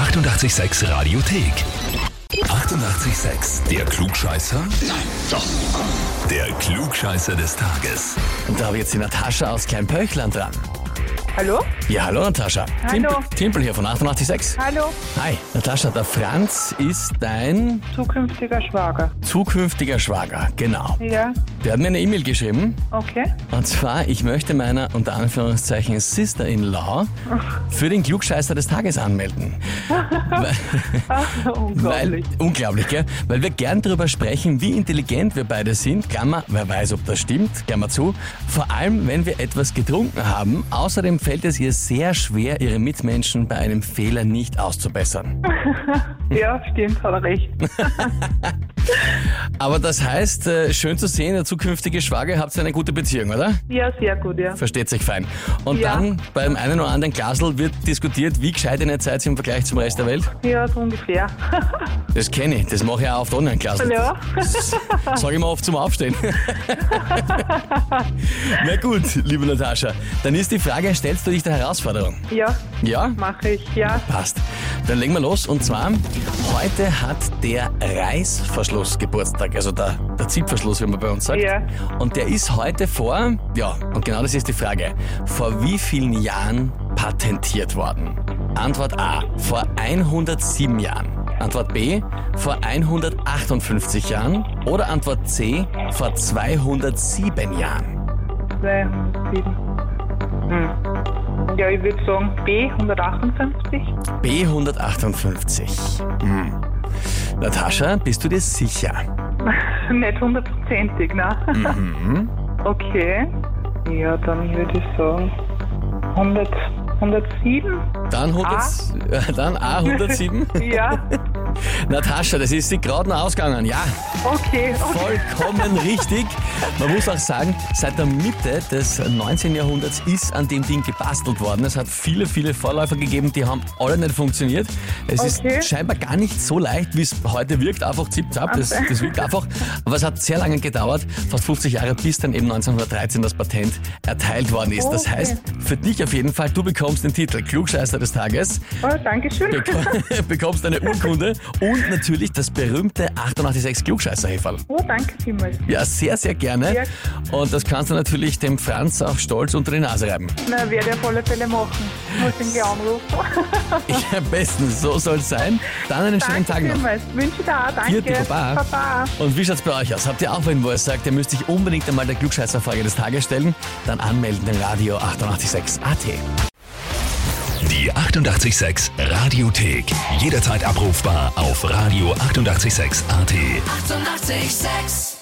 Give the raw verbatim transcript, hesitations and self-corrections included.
achtundachtzig Komma sechs Radiothek. achtundachtzig Komma sechs. Der Klugscheißer? Nein, doch. Der Klugscheißer des Tages. Und da habe ich jetzt die Natascha aus Kleinpöchland dran. Hallo? Ja, hallo Natascha. Hallo. Timpel, Timpel hier von achtundachtzig Komma sechs. Hallo? Hi, Natascha, der Franz ist dein Zukünftiger Schwager. zukünftiger Schwager, genau. Ja, Der hat mir eine E-Mail geschrieben. okay. Und zwar, ich möchte meiner, unter Anführungszeichen, Sister-in-law für den Klugscheißer des Tages anmelden. weil, Ach, unglaublich. Weil, unglaublich, gell? Weil wir gern darüber sprechen, wie intelligent wir beide sind. Klammer, wer weiß, ob das stimmt, Klammer zu. Vor allem, wenn wir etwas getrunken haben. Außerdem fällt es ihr sehr schwer, ihre Mitmenschen bei einem Fehler nicht auszubessern. Ja, stimmt, hat er recht. Aber das heißt, äh, schön zu sehen, der zukünftige Schwager, habt ihr eine gute Beziehung, oder? Ja, sehr gut, ja. Versteht sich fein. Und Ja. dann beim einen oder anderen Glasl wird diskutiert, wie gescheit ihr seid im Vergleich zum Rest der Welt. Ja, so ungefähr. Das kenne ich, das mache ich auch oft online Glasl. Ja. Sag ich mal oft zum Aufstehen. Na gut, liebe Natascha, dann ist die Frage, stellst du dich der Herausforderung? Ja, Ja? mache ich, ja. Passt. Dann legen wir los. Und zwar, heute hat der Reißverschluss Geburtstag, also der, der Zipverschluss, wie man bei uns sagt. Ja. Und der ist heute vor, ja, und genau das ist die Frage, vor wie vielen Jahren patentiert worden? Antwort A, vor hundertsieben Jahren. Antwort B, vor hundertachtundfünfzig Jahren. Oder Antwort C, vor zweihundertsieben Jahren. zweihundertsieben. Hm. Ja, ich würde sagen B, hundertachtundfünfzig. B hundertachtundfünfzig. Hm. Natascha, bist du dir sicher? Nicht hundertprozentig, ne? Mhm. Okay. Ja, dann würde ich sagen hundert, hundertsieben. Dann, hundert, äh, dann A hundertsieben. Ja, Natascha, das ist sie gerade noch ausgegangen. Ja, okay, okay. vollkommen richtig. Man muss auch sagen, seit der Mitte des neunzehnten Jahrhunderts ist an dem Ding gebastelt worden. Es hat viele, viele Vorläufer gegeben, die haben alle nicht funktioniert. Es Okay. ist scheinbar gar nicht so leicht, wie es heute wirkt. Einfach zip-zap, das, Okay. das wirkt einfach. Aber es hat sehr lange gedauert, fast fünfzig Jahre, bis dann eben neunzehnhundertdreizehn das Patent erteilt worden ist. Das Okay. heißt, für dich auf jeden Fall, du bekommst den Titel Klugscheißer des Tages. Oh, Dankeschön. Beko- bekommst eine Urkunde und natürlich das berühmte achtundachtzig Komma sechs Klugscheißer-Häferl. Oh, danke vielmals. Ja, sehr, sehr gerne. Ja. Und das kannst du natürlich dem Franz auch stolz unter die Nase reiben. Na, werde ich auf alle Fälle machen. Muss ihn gleich anrufen. Ja, bestens, so soll es sein. Dann einen schönen Danke Tag noch. vielmals. Wünsche dir auch. Danke. Vierte, Baba. Baba. Und wie schaut's bei euch aus? Habt ihr auch wen, wo ihr sagt, ihr müsst euch unbedingt einmal der Klugscheißer-Frage des Tages stellen? Dann anmelden im Radio achtundachtzig Komma sechs A T. Die achtundachtzig Komma sechs Radiothek. Jederzeit abrufbar auf Radio achtundachtzig Komma sechs A T. achtundachtzig Komma sechs